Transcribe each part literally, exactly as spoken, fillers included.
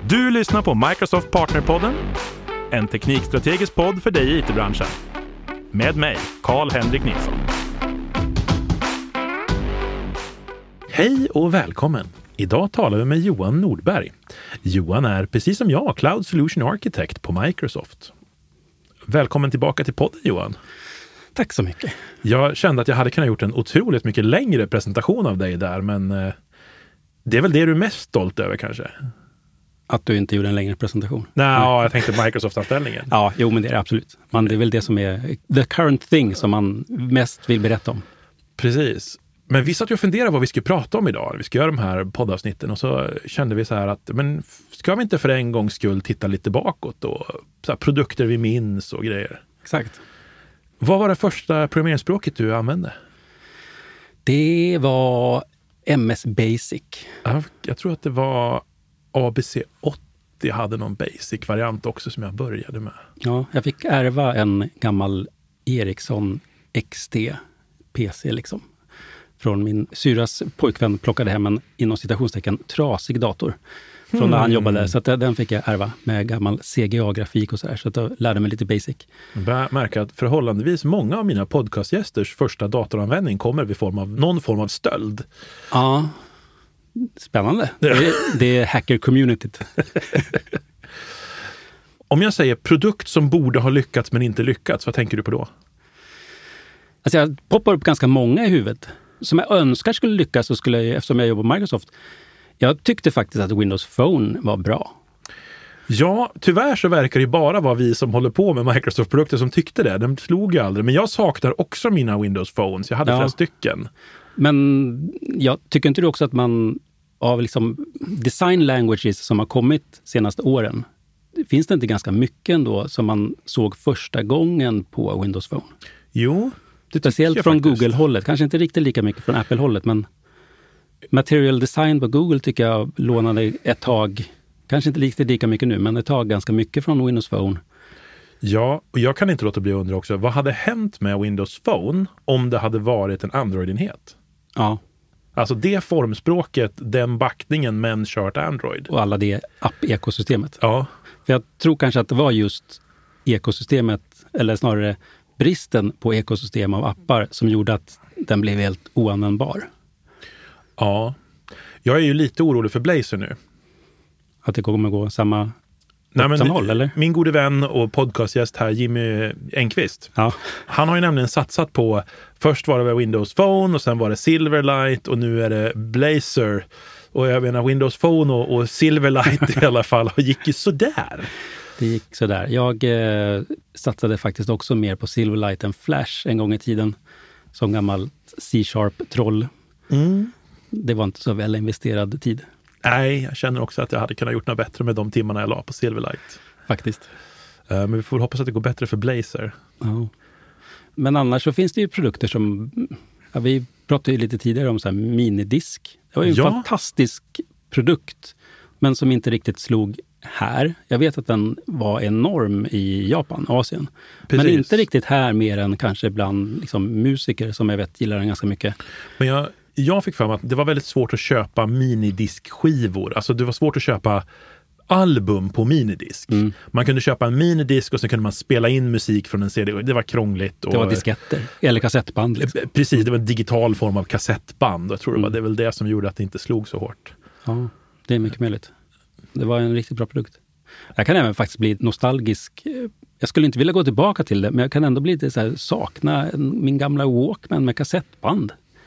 Du lyssnar på Microsoft Partnerpodden, en teknikstrategisk podd för dig i I T-branschen. Med mig, Carl-Henrik Nilsson. Hej och välkommen! Idag talar vi med Johan Nordberg. Johan är, precis som jag, Cloud Solution Architect på Microsoft. Välkommen tillbaka till podden, Johan. Tack så mycket. Jag kände att jag hade kunnat gjort en otroligt mycket längre presentation av dig där, men eh, det är väl det du är mest stolt över kanske? Att du inte gjorde en längre presentation. Nej, ja, jag tänkte Microsoft-anställningen. Ja, jo, men det är det absolut. Man, det är väl det som är the current thing som man mest vill berätta om. Precis. Men vi satt ju och funderade vad vi skulle prata om idag. Vi ska göra de här poddavsnitten och så kände vi så här att men ska vi inte för en gångs skull titta lite bakåt och så här, produkter vi minns och grejer. Exakt. Vad var det första programmeringsspråket du använde? Det var M S Basic. Ja, jag tror att det var A B C åttio. Jag hade någon basic-variant också som jag började med. Ja, jag fick ärva en gammal Ericsson X T P C liksom. Från min syras pojkvän plockade hem en, inom citationstecken, trasig dator. Från mm. där han jobbade. Så att den fick jag ärva med gammal C G A-grafik och så där. Så att jag lärde mig lite basic. Jag börjar märka att förhållandevis många av mina podcastgästers första datoranvändning kommer vid form av någon form av stöld. Ja, spännande. Det är, det är hacker-communityt. Om jag säger produkt som borde ha lyckats men inte lyckats, vad tänker du på då? Alltså jag poppar upp ganska många i huvudet. Som jag önskar skulle lyckas, så skulle jag, eftersom jag jobbar på Microsoft. Jag tyckte faktiskt att Windows Phone var bra. Ja, tyvärr så verkar det bara vara vi som håller på med Microsoft-produkter som tyckte det. De slog ju aldrig. Men jag saknar också mina Windows Phones. Jag hade ja. flera stycken. Men jag tycker inte du också att man av liksom design languages som har kommit senaste åren, finns det inte ganska mycket ändå som man såg första gången på Windows Phone? Jo, det speciellt från faktiskt. Google-hållet. Kanske inte riktigt lika mycket från Apple-hållet, men material design på Google tycker jag lånade ett tag, kanske inte riktigt lika mycket nu, men ett tag ganska mycket från Windows Phone. Ja, och jag kan inte låta bli att undra också, vad hade hänt med Windows Phone om det hade varit en Android-enhet? Ja. Alltså det formspråket, den backningen, men kört Android. Och alla det app-ekosystemet. Ja. För jag tror kanske att det var just ekosystemet, eller snarare bristen på ekosystem av appar som gjorde att den blev helt oanvändbar. Ja. Jag är ju lite orolig för Blazor nu. Att det kommer gå samma, Nej, men samma håll, eller? Min gode vän och podcastgäst här, Jimmy Enqvist. Ja. Han har ju nämligen satsat på, först var det Windows Phone och sen var det Silverlight och nu är det Blazor. Och jag menar Windows Phone och, och Silverlight i alla fall gick ju sådär. Det gick sådär. Jag eh, satsade faktiskt också mer på Silverlight än Flash en gång i tiden. Som gammal C-sharp-troll. Mm. Det var inte så väl investerad tid. Nej, jag känner också att jag hade kunnat gjort något bättre med de timmarna jag la på Silverlight. Faktiskt. Uh, men vi får hoppas att det går bättre för Blazor. Ja. Men annars så finns det ju produkter som, ja, vi pratade ju lite tidigare om så här minidisk. Det var ju en ja. fantastisk produkt, men som inte riktigt slog här. Jag vet att den var enorm i Japan, Asien. Precis. Men inte riktigt här mer än kanske bland liksom, musiker som jag vet gillar den ganska mycket. Men jag, jag fick för mig att det var väldigt svårt att köpa minidiskskivor. Alltså det var svårt att köpa album på minidisk. Mm. Man kunde köpa en minidisk och sen kunde man spela in musik från en C D. Det var krångligt. Och, det var disketter eller kassettband. Liksom. Precis, det var en digital form av kassettband. Jag tror mm. det var det är väl det som gjorde att det inte slog så hårt. Ja, det är mycket möjligt. Det var en riktigt bra produkt. Jag kan även faktiskt bli nostalgisk. Jag skulle inte vilja gå tillbaka till det, men jag kan ändå bli lite så här, sakna min gamla Walkman med kassettband.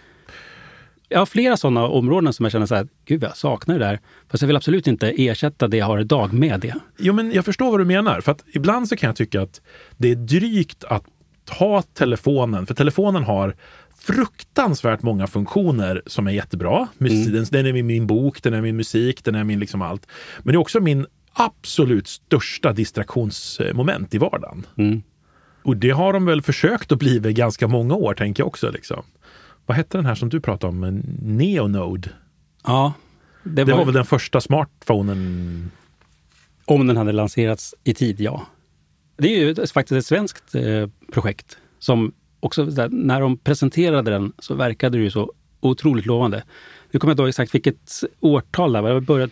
Jag har flera sådana områden som jag känner så här, gud jag saknar det där. Fast jag vill absolut inte ersätta det jag har idag med det. Jo, men jag förstår vad du menar. För att ibland så kan jag tycka att det är drygt att ha telefonen. För telefonen har fruktansvärt många funktioner som är jättebra. Musik, mm. Den är min bok, den är min musik, den är min liksom allt. Men det är också min absolut största distraktionsmoment i vardagen. Mm. Och det har de väl försökt att bli ganska många år, tänker jag också. Liksom. Vad hette den här som du pratade om? Neonode? Ja. Det var, det var väl den första smartphonen? Om den hade lanserats i tid, ja. Det är ju faktiskt ett svenskt eh, projekt som också, där, när de presenterade den så verkade det ju så otroligt lovande. Nu kommer jag inte ihåg exakt vilket årtal det var. Det började typ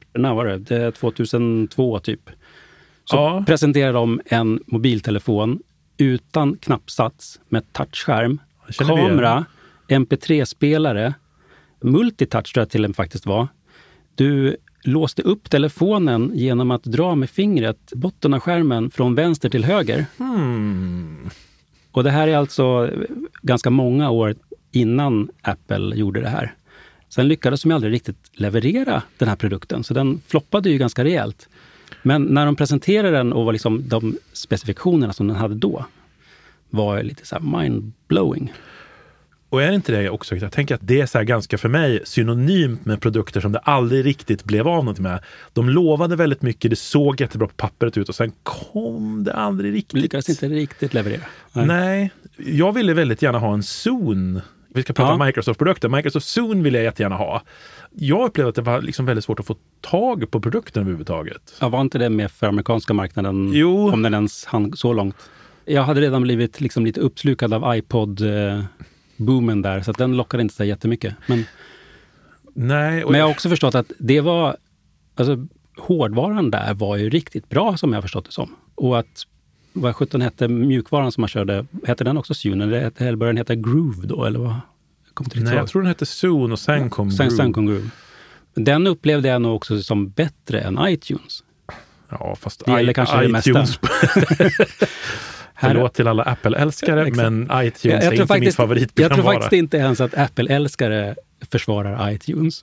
När var det? Det är tjugohundratvå typ. Så Ja. presenterade de en mobiltelefon utan knappsats med touchskärm, Känner vi igen. kamera, M P tre-spelare, multitouch tror jag till den faktiskt var. Du låste upp telefonen genom att dra med fingret botten av skärmen från vänster till höger. Hmm. Och det här är alltså ganska många år innan Apple gjorde det här. Sen lyckades de aldrig riktigt leverera den här produkten, så den floppade ju ganska rejält. Men när de presenterade den och var liksom de specifikationerna som den hade då var lite så här mind-blowing. Och är det inte det också? Jag tänker att det är så här ganska för mig synonymt med produkter som det aldrig riktigt blev av något med. De lovade väldigt mycket, det såg jättebra på pappret ut och sen kom det aldrig riktigt. Lyckades inte riktigt leverera. Nej. Nej, jag ville väldigt gärna ha en Zune. Vi ska prata Ja. om Microsoft-produkter. Microsoft Zune vill jag jättegärna ha. Jag upplevde att det var liksom väldigt svårt att få tag på produkten överhuvudtaget. Ja, var inte det med för amerikanska marknaden? Jo. Om den ens hann så långt. Jag hade redan blivit liksom lite uppslukad av iPod-boomen där, så att den lockade inte så jättemycket. Men, Nej, och men jag har också förstått att det var, alltså hårdvaran där var ju riktigt bra som jag har förstått det som. Och att, vad sjutton hette mjukvaran som man körde, hette den också Zune? Eller hette- eller började den heta Groove då? Eller vad? Jag kommer inte riktigt Nej, ihåg. jag tror den hette Zune och sen kom Sen, Groove. sen kom Groove. Den upplevde jag nog också som bättre än iTunes. Ja, fast Det gäller I- kanske det mesta. iTunes. Här- Förlåt till alla Apple-älskare, Exakt. men iTunes Jag, jag är tror inte min faktiskt, favoritprogram. jag tror faktiskt inte ens att Apple-älskare försvarar iTunes.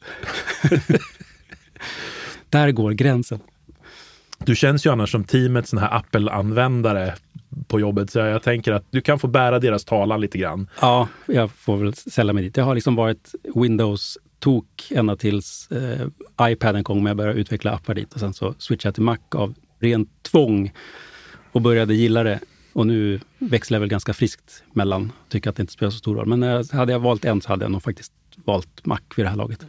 Där går gränsen. Du känns ju annars som teamet sån här Apple-användare på jobbet, så jag tänker att du kan få bära deras talan lite grann. Ja, jag får väl sälja mig dit. Jag har liksom varit Windows-tok ända tills eh, iPaden kom med jag började utveckla appar dit. Och sen så switchade jag till Mac av ren tvång och började gilla det. Och nu växlar jag väl ganska friskt mellan, tycker att det inte spelar så stor roll. Men när, hade jag valt en så hade jag nog faktiskt valt Mac vid det här laget.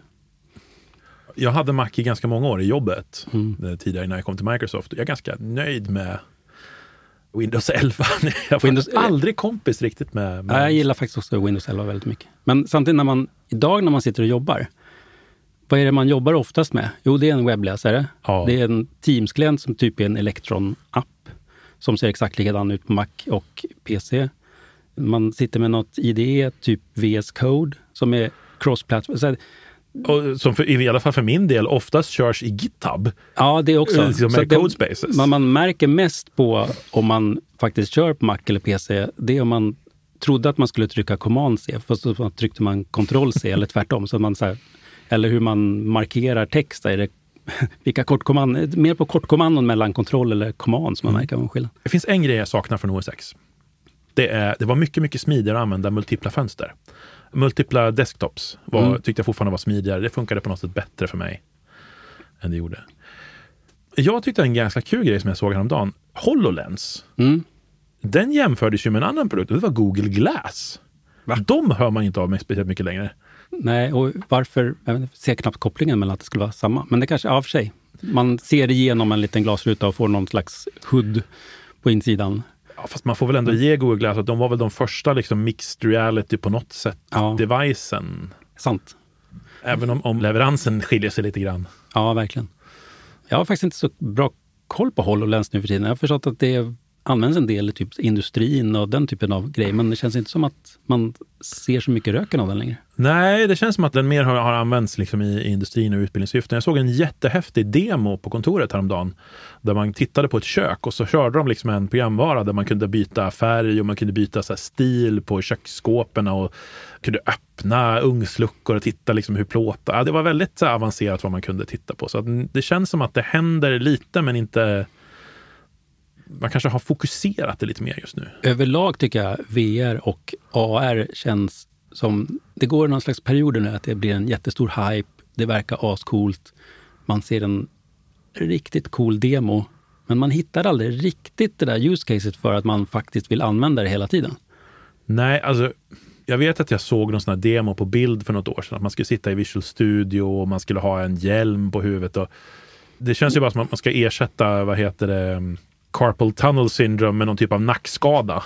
Jag hade Mac i ganska många år i jobbet, Mm. eh, tidigare när jag kom till Microsoft. Jag är ganska nöjd med Windows elva. Jag var Windows- aldrig kompis riktigt med... med Ja, jag gillar faktiskt också Windows elva väldigt mycket. Men samtidigt när man, idag när man sitter och jobbar, vad är det man jobbar oftast med? Jo, det är en webbläsare. Ja. Det är en Teams-klient som typ är en Electron-app som ser exakt likadan ut på Mac och P C. Man sitter med något I D E, typ V S Code, som är cross-platform. Så här, Och som för, i alla fall för min del oftast körs i GitHub. ja, det också. Liksom Så med det- Codespaces. Man, man märker mest på om man faktiskt kör på Mac eller P C, det är om man trodde att man skulle trycka Command C, fast så tryckte man Control C eller tvärtom. Så man så här, eller hur man markerar text. Är det, vilka kortkommand, mer på kortkommandon mellan kontroll eller command som man märker en skillnad. Det finns en grej jag saknar från O S X. Det, är, det var mycket, mycket smidigare att använda multipla fönster. Multipla desktops var, Mm. tyckte jag fortfarande var smidigare. Det funkade på något sätt bättre för mig än det gjorde. Jag tyckte en ganska kul grej som jag såg häromdagen. HoloLens. Mm. Den jämfördes ju med en annan produkt. Det var Google Glass. Va? De hör man inte av med speciellt mycket längre. Nej, och varför, jag vet inte, ser knappt kopplingen mellan att det skulle vara samma. Men det kanske, ja, för sig. Man ser igenom en liten glasruta och får någon slags hood på insidan. Ja, fast man får väl ändå ge Google Glass att de var väl de första liksom mixed reality på något sätt. Ja. Devicen. Sant. Även om, om leveransen skiljer sig lite grann. Ja, verkligen. Jag har faktiskt inte så bra koll på HoloLens nu för tiden. Jag har förstått att det används en del i typ industrin och den typen av grejer. Men det känns inte som att man ser så mycket röken av den längre. Nej, det känns som att den mer har, har använts liksom i, i industrin och utbildningssyften. Jag såg en jättehäftig demo på kontoret häromdagen där man tittade på ett kök och så körde de liksom en programvara där man kunde byta färg och man kunde byta så här stil på köksskåpen och kunde öppna ugnsluckor och titta liksom hur plåtar. Ja, det var väldigt så här avancerat vad man kunde titta på. Så att det känns som att det händer lite men inte... Man kanske har fokuserat det lite mer just nu. Överlag tycker jag V R och A R känns som... Det går någon slags perioder nu att det blir en jättestor hype. Det verkar ascoolt. Man ser en riktigt cool demo. Men man hittar aldrig riktigt det där use caset för att man faktiskt vill använda det hela tiden. Nej, alltså jag vet att jag såg någon sån här demo på bild för något år sedan. Att man skulle sitta i Visual Studio och man skulle ha en hjälm på huvudet. Och det känns ju bara som att man ska ersätta, vad heter det, carpal tunnel syndrome med någon typ av nackskada.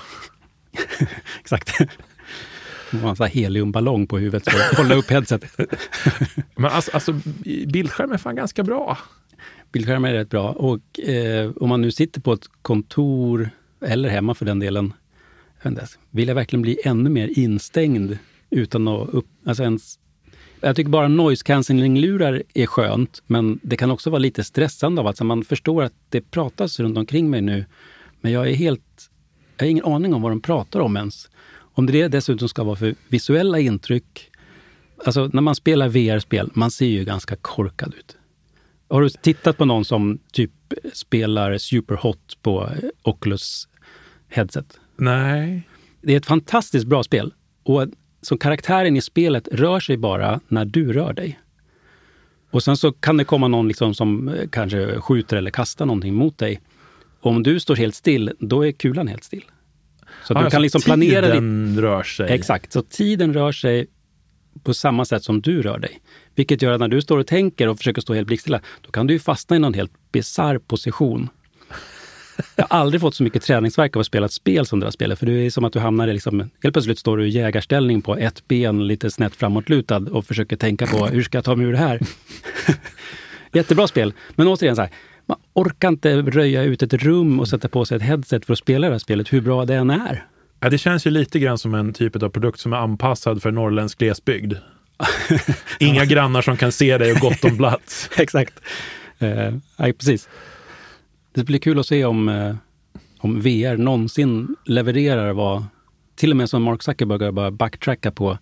Exakt. Man har en sån här heliumballong på huvudet för att hålla upp headsetet. Men alltså, alltså bildskärm är fan ganska bra. bildskärmar är rätt bra. Och eh, om man nu sitter på ett kontor eller hemma för den delen, jag vet inte, vill jag verkligen bli ännu mer instängd utan att upp, alltså ens, jag tycker bara noise cancelling-lurar är skönt, men det kan också vara lite stressande av att så man förstår att det pratas runt omkring mig nu, men jag är helt, jag har ingen aning om vad de pratar om ens. Om det dessutom ska vara för visuella intryck, alltså när man spelar V R-spel, man ser ju ganska korkad ut. Har du tittat på någon som typ spelar Superhot på Oculus headset? Nej. Det är ett fantastiskt bra spel. Och så karaktären i spelet rör sig bara när du rör dig. Och sen så kan det komma någon liksom som kanske skjuter eller kastar någonting mot dig. Och om du står helt still, då är kulan helt still. Så ah, du kan liksom planera... Tiden ditt... rör sig. Exakt, så tiden rör sig på samma sätt som du rör dig. Vilket gör att när du står och tänker och försöker stå helt blickstilla, då kan du ju fastna i någon helt bizarr position. Jag har aldrig fått så mycket träningsverk av att spela ett spel som det här spelet. För det är som att du hamnar i liksom, helt plötsligt står du i jägarställning på ett ben lite snett framåtlutad och försöker tänka på hur ska jag ta mig ur det här? Jättebra spel. Men återigen så här, man orkar inte röja ut ett rum och sätta på sig ett headset för att spela det här spelet, hur bra det än är. Ja, det känns ju lite grann som en typ av produkt som är anpassad för norrländsk glesbygd. Inga grannar som kan se dig och gott om plats. Exakt. Uh, ja, precis. Det blir kul att se om, uh, om V R någonsin levererar vad, till och med som Mark Zuckerberg bara backtracka på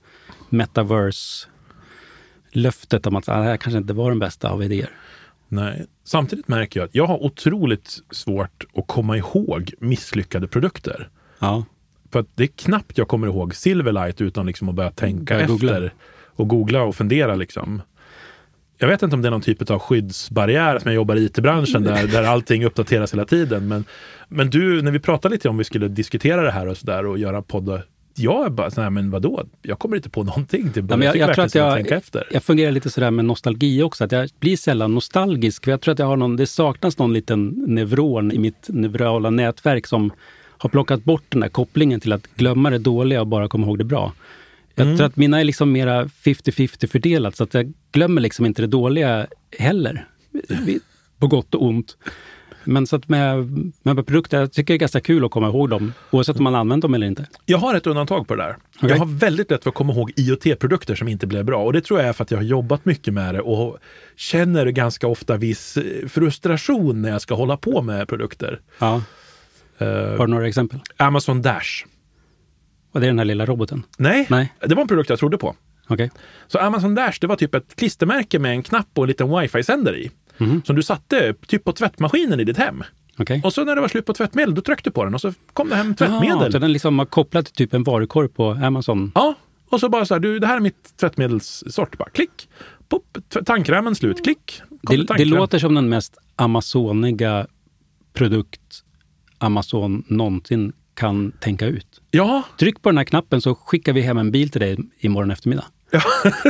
metaverse-löftet om att ah, det här kanske inte var den bästa av idéer. Nej, samtidigt märker jag att jag har otroligt svårt att komma ihåg misslyckade produkter. Ja. För att det är knappt jag kommer ihåg Silverlight utan liksom att börja tänka börja efter googla. och googla och fundera liksom. Jag vet inte om det är någon typ av skyddsbarriär som jag jobbar i I T-branschen där, där allting uppdateras hela tiden. Men, men du, när vi pratade lite om vi skulle diskutera det här och sådär och göra poddar, jag är bara såhär, men vadå? Jag kommer inte på någonting till ja, jag, jag, jag tror att jag, tänka efter. Jag fungerar lite sådär med nostalgi också, att jag blir sällan nostalgisk. För jag tror att jag har någon, det saknas någon liten neuron i mitt neurala nätverk som har plockat bort den där kopplingen till att glömma det dåliga och bara komma ihåg det bra. Jag mm. tror att mina är liksom mera femtio femtio fördelat, så att jag glömmer liksom inte det dåliga heller. På gott och ont. Men så att med, med produkter, jag tycker det är ganska kul att komma ihåg dem, oavsett om man använder dem eller inte. Jag har ett undantag på det där. Okay. Jag har väldigt lätt för att komma ihåg I O T-produkter som inte blev bra. Och det tror jag är för att jag har jobbat mycket med det och känner ganska ofta viss frustration när jag ska hålla på med produkter. Ja. Uh, har du några exempel? Amazon Dash. Och det är den här lilla roboten? Nej, Nej. Det var en produkt jag trodde på. Okay. Så Amazon Dash, det var typ ett klistermärke med en knapp och en liten wifi-sändare i. Mm. Som du satte typ på tvättmaskinen i ditt hem. Okay. Och så när det var slut på tvättmedel, då tryckte du på den och så kom det hem tvättmedel. Ja, så den liksom har kopplat till typ en varukorg på Amazon? Ja, och så bara så här, du, det här är mitt tvättmedelssort. Bara klick, pop, tandkrämen slut, klick. Det, det låter som den mest amazoniga produkt Amazon någonsin kan tänka ut. Ja. Tryck på den här knappen så skickar vi hem en bil till dig imorgon eftermiddag. Ja,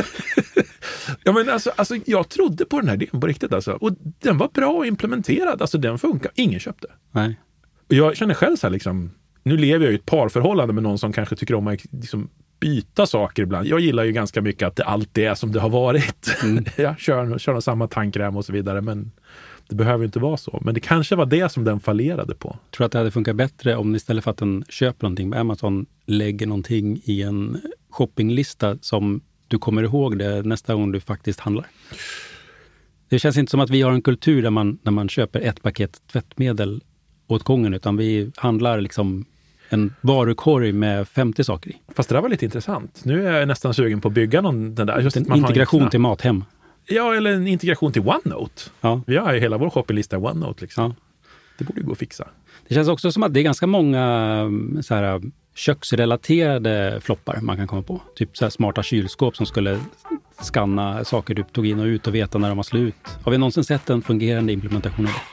ja men alltså, alltså jag trodde på den här idén på riktigt alltså. Och den var bra implementerad. Alltså den funkar. Ingen köpte. Nej. Och jag känner själv så här liksom, nu lever jag i ett parförhållande med någon som kanske tycker om att liksom byta saker ibland. Jag gillar ju ganska mycket att det alltid är som det har varit. Mm. Jag kör, kör någon samma tandkräm och så vidare, men det behöver inte vara så. Men det kanske var det som den fallerade på. Jag tror att det hade funkat bättre om istället för att den köper någonting på Amazon lägger någonting i en shoppinglista som du kommer ihåg det nästa gång du faktiskt handlar. Det känns inte som att vi har en kultur där man, där man köper ett paket tvättmedel åt gången, utan vi handlar liksom en varukorg med femtio saker i. Fast det där var lite intressant. Nu är jag nästan sugen på att bygga någon den där. Just en man integration till Mathem. Ja, eller en integration till OneNote. Ja. Vi har ju hela vår shoppinglista i OneNote liksom. Ja. Det borde ju gå att fixa. Det känns också som att det är ganska många så här köksrelaterade floppar man kan komma på. Typ så här smarta kylskåp som skulle skanna saker du tog in och ut och veta när de var slut. Har vi någonsin sett en fungerande implementation av det?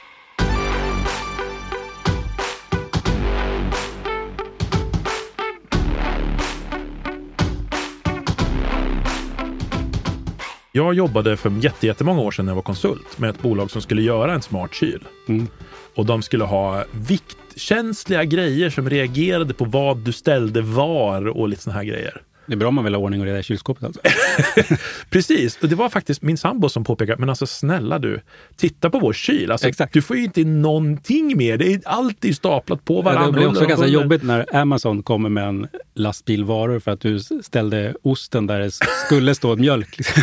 Jag jobbade för jätte, jättemånga år sedan när jag var konsult med ett bolag som skulle göra en smart kyl. Mm. Och de skulle ha viktkänsliga grejer som reagerade på vad du ställde var och lite såna här grejer. Det är bra om man vill ha ordning och reda i kylskåpet alltså. Precis, och det var faktiskt min sambo som påpekade, men alltså snälla du, titta på vår kyl. Alltså, Exakt. du får ju inte någonting mer, det är alltid staplat på varandra. Det blir också under, ganska under. jobbigt när Amazon kommer med en lastbil varor för att du ställde osten där det skulle stå mjölk. Liksom.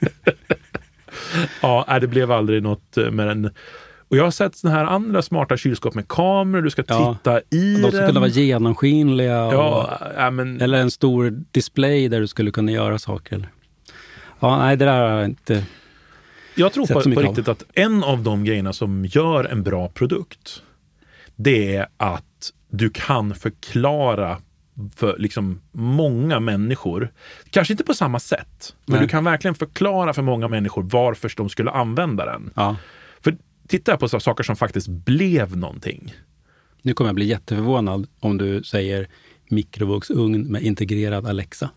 Ja, det blev aldrig något med den. Och jag har sett såna här andra smarta kylskåp med kameror, du ska Ja, titta i de den. skulle kunna vara genomskinliga. Och, Ja, ja, men... Eller en stor display där du skulle kunna göra saker. Ja, nej, det där har jag inte... Jag tror på, på av. riktigt att en av de grejerna som gör en bra produkt, det är att du kan förklara för liksom många människor, kanske inte på samma sätt, men Nej. du kan verkligen förklara för många människor varför de skulle använda den. Ja. För titta på så saker som faktiskt blev någonting. Nu kommer jag bli jätteförvånad om du säger mikrovågsugn med integrerad Alexa.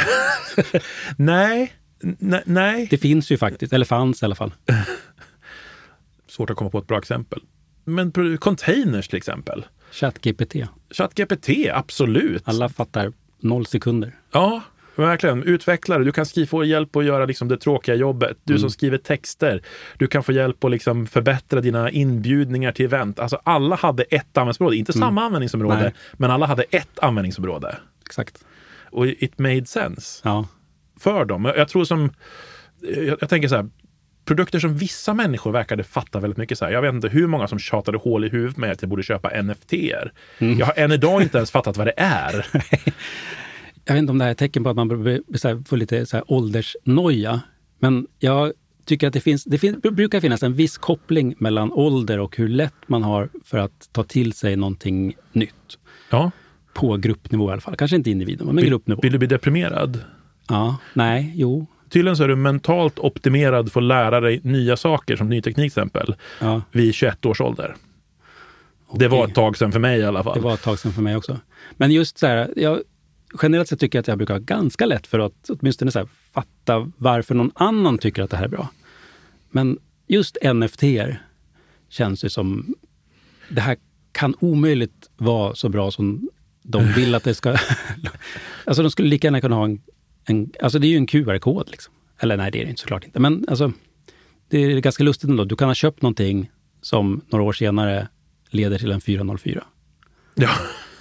nej, n- nej. Det finns ju faktiskt, eller fanns i alla fall. Svårt att komma på ett bra exempel. Men pro- containers till exempel. ChatGPT. ChatGPT, absolut. Alla fattar noll sekunder. Ja, verkligen. Utvecklare, du kan skriva, få hjälp att göra liksom det tråkiga jobbet. Du Mm. som skriver texter, du kan få hjälp att liksom förbättra dina inbjudningar till event. Alltså alla hade ett användningsområde, inte Mm. samma användningsområde, Nej. men alla hade ett användningsområde. Exakt. Och it made sense Ja. för dem. Jag, jag tror som, jag, jag tänker så här, produkter som vissa människor verkade fatta väldigt mycket så här. Jag vet inte hur många som tjatade hål i huvudet med att jag borde köpa N F T-er. Mm. Jag har än idag inte ens fattat vad det är. Jag vet inte om det här är ett tecken på att man bör- så här, får lite så här, åldersnoja. Men jag tycker att det finns, det fin- brukar finnas en viss koppling mellan ålder och hur lätt man har för att ta till sig någonting nytt. Ja. På gruppnivå i alla fall. Kanske inte individ, men Vill, gruppnivå. vill du bli deprimerad? Ja, nej, jo. Tydligen så är du mentalt optimerad för att lära dig nya saker, som ny teknik till exempel, Ja, vid tjugoett års ålder. Det var ett tag sedan för mig i alla fall. det var ett tag sedan för mig också. Men just så här, jag generellt sett tycker jag att jag brukar ha ganska lätt för att åtminstone så här, fatta varför någon annan tycker att det här är bra. Men just N F T-er känns ju som, det här kan omöjligt vara så bra som de vill att det ska... Alltså de skulle lika gärna kunna ha en, en... Alltså det är ju en Q R-kod liksom. Eller nej, det är det inte såklart inte. Men alltså, det är ganska lustigt ändå. Du kan ha köpt någonting som några år senare leder till en fyra noll fyra. Ja.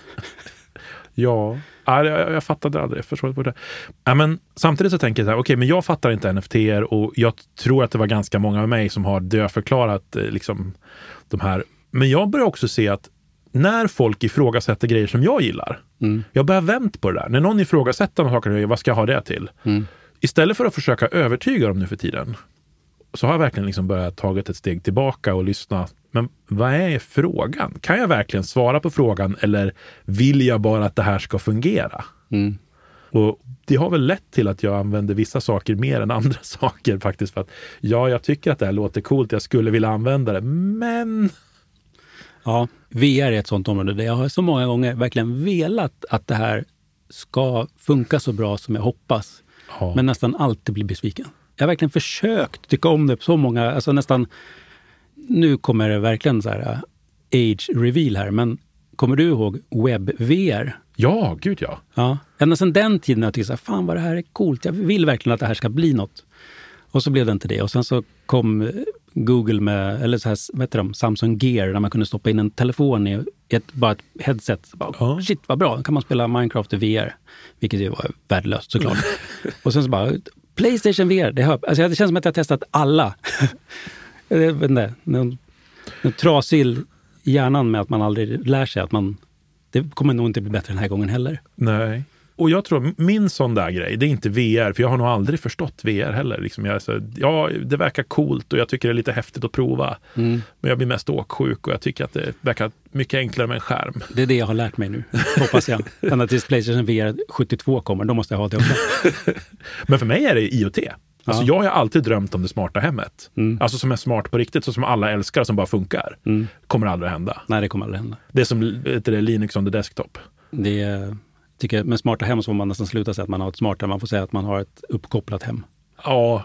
Ja. Ja, jag, jag fattade aldrig. Jag förstår inte det. Ja, men samtidigt så tänker jag så här, okej, okay, men jag fattar inte N F T-er och jag tror att det var ganska många med mig som har dödförklarat eh, liksom de här. Men jag börjar också se att när folk ifrågasätter grejer som jag gillar, Mm. jag börjar vänt på det där. När någon ifrågasätter någon saker, vad ska jag ha det till? Mm. Istället för att försöka övertyga dem nu för tiden, så har jag verkligen liksom börjat tagit ett steg tillbaka och lyssna. Men vad är frågan? Kan jag verkligen svara på frågan eller vill jag bara att det här ska fungera? Mm. Och det har väl lett till att jag använder vissa saker mer än andra saker faktiskt. För att ja, jag tycker att det här låter coolt, jag skulle vilja använda det, men... Ja, V R är ett sånt område där jag har så många gånger verkligen velat att det här ska funka så bra som jag hoppas. Ja. Men nästan alltid blir besviken. Jag har verkligen försökt tycka om det på så många, alltså nästan, nu kommer det verkligen så här uh, age reveal här, men kommer du ihåg webb-V R? Ja, gud ja. Ja, ända sedan den tiden jag tyckte så här, fan vad det här är coolt, jag vill verkligen att det här ska bli något. Och så blev det inte det. Och sen så kom Google med, eller så här, vad heter de, Samsung Gear, där man kunde stoppa in en telefon i ett, bara ett headset. Så bara, Ja. Shit, vad bra, då kan man spela Minecraft i V R. Vilket ju var värdelöst såklart. Och sen så bara, PlayStation V R, det, hör, alltså det känns som att jag har testat alla. Jag vet inte, någon, någon trasig i hjärnan med att man aldrig lär sig att man, det kommer nog inte bli bättre den här gången heller. Nej. Och jag tror min sån där grej, det är inte V R, för jag har nog aldrig förstått V R heller. Liksom jag är så, ja, det verkar coolt och jag tycker det är lite häftigt att prova. Mm. Men jag blir mest åksjuk och jag tycker att det verkar mycket enklare med en skärm. Det är det jag har lärt mig nu, hoppas jag. Ända tills PlayStation V R sjuttiotvå kommer, då måste jag ha det också. Men för mig är det I O T. Alltså Ja. jag har alltid drömt om det smarta hemmet. Mm. Alltså som är smart på riktigt, så som alla älskar, som bara funkar. Mm. Kommer aldrig hända. Nej, det kommer aldrig hända. Det är som heter det, Linux on the desktop. Det är, tycker jag, med smarta hem så får man nästan sluta säga att man har ett smartare. Man får säga att man har ett uppkopplat hem. Ja,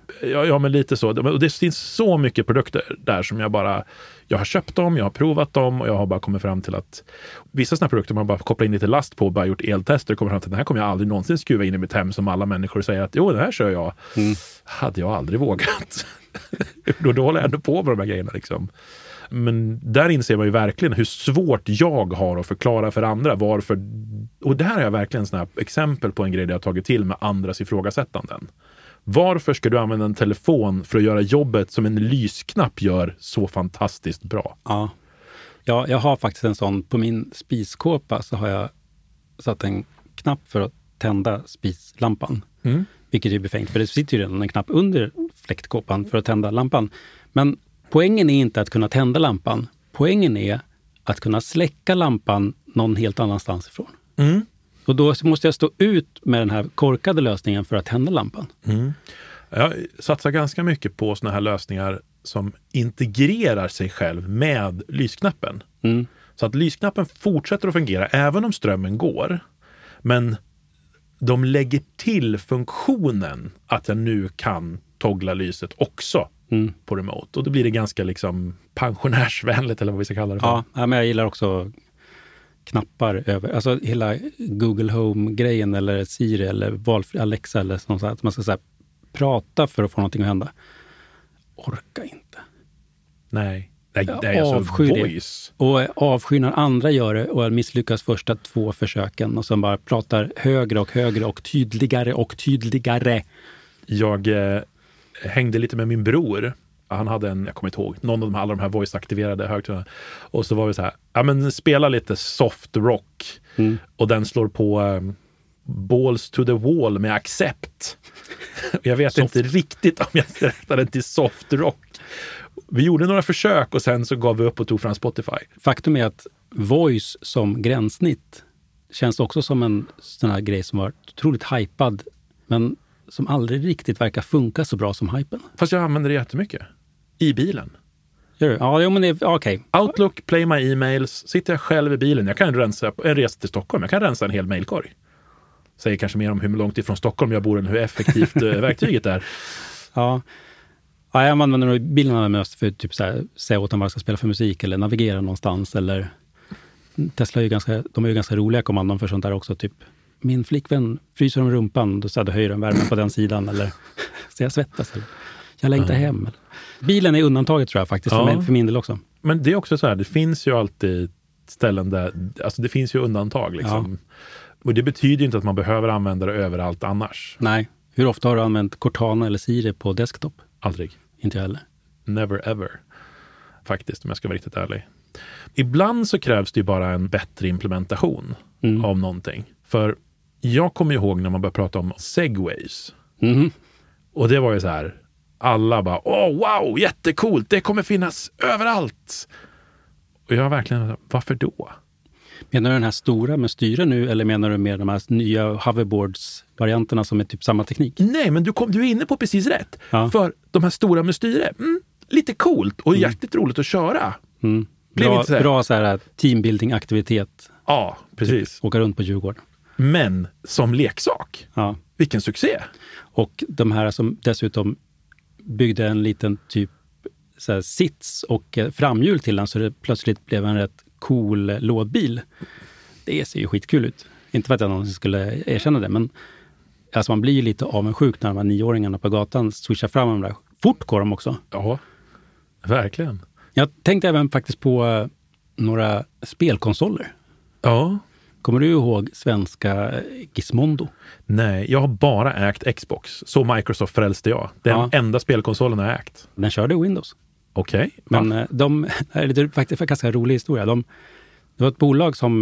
Ja, ja, men lite så. Och det finns så mycket produkter där som jag bara... Jag har köpt dem, jag har provat dem och jag har bara kommit fram till att vissa sådana produkter man bara kopplar in lite last på och bara gjort eltester och kommer fram till att den här kommer jag aldrig någonsin skruva in i mitt hem som alla människor säger att jo, det här kör jag. Mm. Hade jag aldrig vågat. då, då håller jag ändå på med de här grejerna liksom. Men där inser man ju verkligen hur svårt jag har att förklara för andra varför, och det här är jag verkligen sådana exempel på en grej där jag har tagit till med andras ifrågasättanden. Varför ska du använda en telefon för att göra jobbet som en lysknapp gör så fantastiskt bra? Ja, ja jag har faktiskt en sån, på min spiskåpa så har jag satt en knapp för att tända spislampan. Mm. Vilket är befängt, för det sitter ju redan en knapp under fläktkåpan för att tända lampan. Men poängen är inte att kunna tända lampan. Poängen är att kunna släcka lampan någon helt annanstans ifrån. Mm. Och då måste jag stå ut med den här korkade lösningen för att tända lampan. Mm. Jag satsar ganska mycket på såna här lösningar som integrerar sig själv med lysknappen. Mm. Så att lysknappen fortsätter att fungera även om strömmen går. Men de lägger till funktionen att jag nu kan toggla lyset också mm. på remote. Och då blir det ganska liksom pensionärsvänligt eller vad vi ska kalla det för. Ja, men jag gillar också knappar över, alltså hela Google Home-grejen eller Siri eller valfri Alexa eller sånt så att man ska så här, prata för att få någonting att hända. Orka inte. Nej, nej det är alltså voice. Och avskyr när andra gör det och misslyckas första två försöken och sen bara pratar högre och högre och tydligare och tydligare. Jag eh, hängde lite med min bror. Han hade en, jag kommer inte ihåg, någon av de, alla de här voice-aktiverade högtalarna. Och så var vi så här, ja men spela lite soft rock. Mm. Och den slår på um, Balls to the Wall med Accept. Jag vet soft. inte riktigt om jag rättade den till soft rock. Vi gjorde några försök och sen så gav vi upp och tog fram Spotify. Faktum är att voice som gränssnitt känns också som en sån här grej som var otroligt hypad. Men som aldrig riktigt verkar funka så bra som hypen. Fast jag använder det jättemycket. I bilen. Gör du? Ja, men det är okej. Okay. Outlook, play my emails. Sitter jag själv i bilen. Jag kan rensa en resa till Stockholm. Jag kan rensa en hel mailkorg. Säger kanske mer om hur långt ifrån Stockholm jag bor än hur effektivt verktyget är. Ja. Ja, jag använder nog bilen mest för typ så här, säga åt dem vad jag ska spela för musik eller navigera någonstans. Eller Tesla är ju ganska, de är ju ganska roliga kommandon för sånt där också. Typ, min flickvän fryser om rumpan, då så hade höjer den värmen på den sidan. Eller så jag svettas. Eller jag längtar mm. hem. Bilen är undantaget tror jag faktiskt, ja. för, mig, för min del också. Men det är också så här, det finns ju alltid ställen där, alltså det finns ju undantag liksom. Ja. Och det betyder ju inte att man behöver använda det överallt annars. Nej. Hur ofta har du använt Cortana eller Siri på desktop? Aldrig. Inte heller. Never ever. Faktiskt, om jag ska vara riktigt ärlig. Ibland så krävs det ju bara en bättre implementation mm. av någonting. För jag kommer ihåg när man började prata om segways. Mm. Och det var ju så här, alla bara, åh oh, wow, jättekult, det kommer finnas överallt. Och jag har verkligen, varför då? Menar du den här stora med styre nu eller menar du med de här nya hoverboards-varianterna som är typ samma teknik? Nej, men du, kom, du är inne på precis rätt. Ja. För de här stora med styre, mm, lite coolt och mm. jäkligt roligt att köra. Mm. Bra, så här, bra så här teambuilding-aktivitet. Ja, precis. Typ, åka runt på Djurgården. Men som leksak, ja. Vilken succé. Och de här som dessutom byggde en liten typ så här, sits och framhjul till den så det plötsligt blev en rätt cool lådbil. Det ser ju skitkul ut. Inte för att jag någonsin skulle erkänna det, men alltså man blir ju lite avundsjuk när de här nioåringarna på gatan swishar fram de där. Fort går de också. Ja, verkligen. Jag tänkte även faktiskt på några spelkonsoler. Ja. Kommer du ihåg svenska Gizmondo? Nej, jag har bara ägt Xbox. Så Microsoft frälste jag. Det är ja. den enda spelkonsolen jag har ägt. Den körde Windows. Okej. Okay. Men ja. de, det är faktiskt en ganska rolig historia. De, det var ett bolag som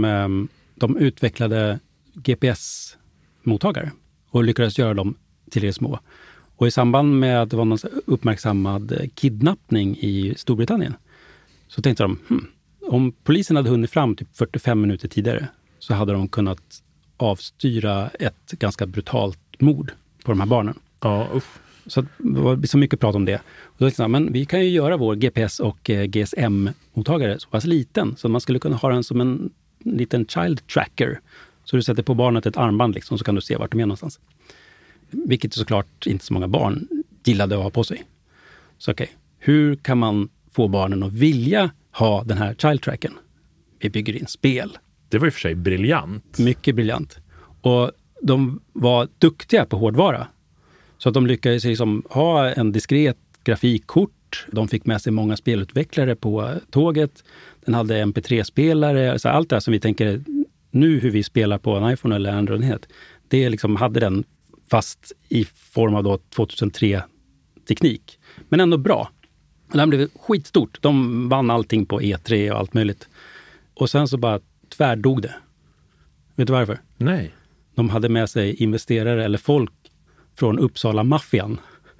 de utvecklade G P S-mottagare och lyckades göra dem tillräckligt små. Och i samband med att det var någon uppmärksammad kidnappning i Storbritannien så tänkte de, hmm, om polisen hade hunnit fram typ fyrtiofem minuter tidigare så hade de kunnat avstyra ett ganska brutalt mord på de här barnen. Ja, uff. Så det var så mycket prat om det. Och då tänkte jag, men vi kan ju göra vår G P S och eh, G S M-mottagare så pass liten så man skulle kunna ha den som en liten child tracker. Så du sätter på barnet ett armband liksom, så kan du se vart de är någonstans. Vilket såklart inte så många barn gillade att ha på sig. Så okej, okay, hur kan man få barnen att vilja ha den här child-tracken? Vi bygger in spel. Det var i och för sig briljant. Mycket briljant. Och de var duktiga på hårdvara. Så att de lyckades liksom ha en diskret grafikkort. De fick med sig många spelutvecklare på tåget. Den hade M P tre-spelare. Alltså allt det här som vi tänker nu hur vi spelar på en iPhone eller Android. Det liksom hade den fast i form av då tjugohundratre-teknik. Men ändå bra. Och den blev skitstort. De vann allting på E tre och allt möjligt. Och sen så bara tvärdog det. Vet du varför? Nej. De hade med sig investerare eller folk från Uppsala-maffian.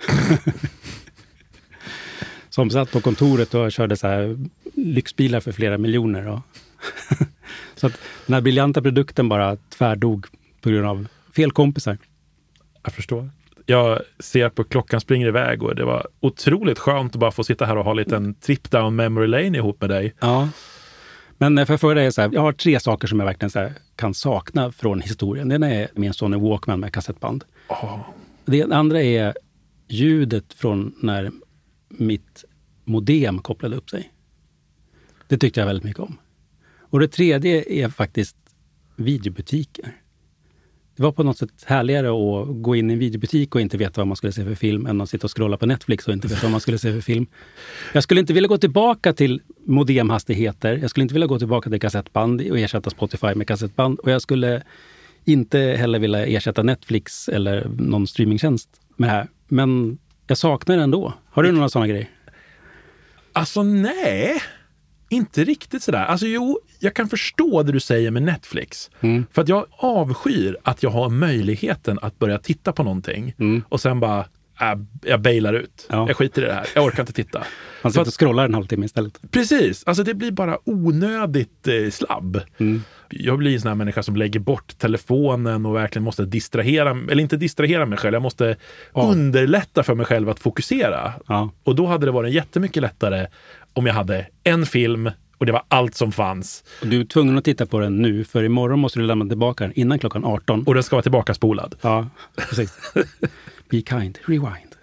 Som satt på kontoret och körde så här lyxbilar för flera miljoner. Och så att den här briljanta produkten bara tvärdog på grund av fel kompisar. Jag förstår. Jag ser på klockan springer iväg och det var otroligt skönt att bara få sitta här och ha en liten trip down memory lane ihop med dig. Ja. Men för att fråga dig så här, jag har tre saker som jag verkligen så här kan sakna från historien. Den är min Sony Walkman med kassettband. Oh. Det andra är ljudet från när mitt modem kopplade upp sig. Det tyckte jag väldigt mycket om. Och det tredje är faktiskt videobutiker. Det var på något sätt härligare att gå in i en videobutik och inte veta vad man skulle se för film än att sitta och scrolla på Netflix och inte veta vad man skulle se för film. Jag skulle inte vilja gå tillbaka till modemhastigheter. Jag skulle inte vilja gå tillbaka till kassettband och ersätta Spotify med kassettband. Och jag skulle inte heller vilja ersätta Netflix eller någon streamingtjänst med det här. Men jag saknar det ändå. Har du några sådana grejer? Alltså nej, inte riktigt sådär. Alltså jo, jag kan förstå det du säger med Netflix. Mm. För att jag avskyr att jag har möjligheten att börja titta på någonting. Mm. Och sen bara, äh, jag bailar ut. Ja. Jag skiter i det här. Jag orkar inte titta. Man sitter och scrollar en halvtimme istället. Precis. Alltså det blir bara onödigt eh, slabb. Mm. Jag blir en sån här människa som lägger bort telefonen och verkligen måste distrahera, eller inte distrahera mig själv. Jag måste ja. underlätta för mig själv att fokusera. Ja. Och då hade det varit jättemycket lättare om jag hade en film och det var allt som fanns. Och du är tvungen att titta på den nu, för imorgon måste du lämna tillbaka den innan klockan arton. Och den ska vara tillbaka spolad. Ja, precis. Be kind, rewind.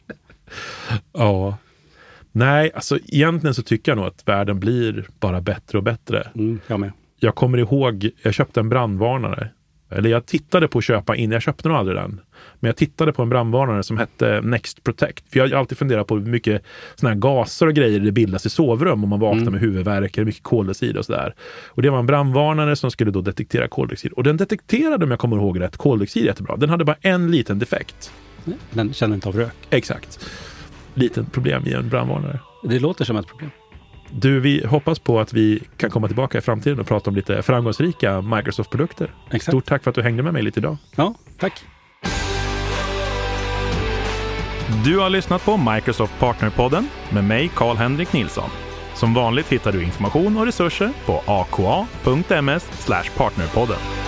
Ja. Nej, alltså egentligen så tycker jag nog att världen blir bara bättre och bättre. Mm, jag med. Jag kommer ihåg, jag köpte en brandvarnare. Eller jag tittade på att köpa in, jag köpte nog aldrig den. Men jag tittade på en brandvarnare som hette Next Protect. För jag har alltid funderat på hur mycket såna här gaser och grejer det bildas i sovrum om man vaknar mm. med huvudvärk eller mycket koldioxid och sådär. Och det var en brandvarnare som skulle då detektera koldioxid. Och den detekterade, om jag kommer ihåg rätt, koldioxid jättebra. Den hade bara en liten defekt. Den kände inte av rök. Exakt. Liten problem i en brandvarnare. Det låter som ett problem. Du, vi hoppas på att vi kan komma tillbaka i framtiden och prata om lite framgångsrika Microsoft-produkter. Exakt. Stort tack för att du hängde med mig lite idag. Ja, tack. Du har lyssnat på Microsoft Partnerpodden med mig, Carl-Henrik Nilsson. Som vanligt hittar du information och resurser på a k a punkt m s slash partnerpodden.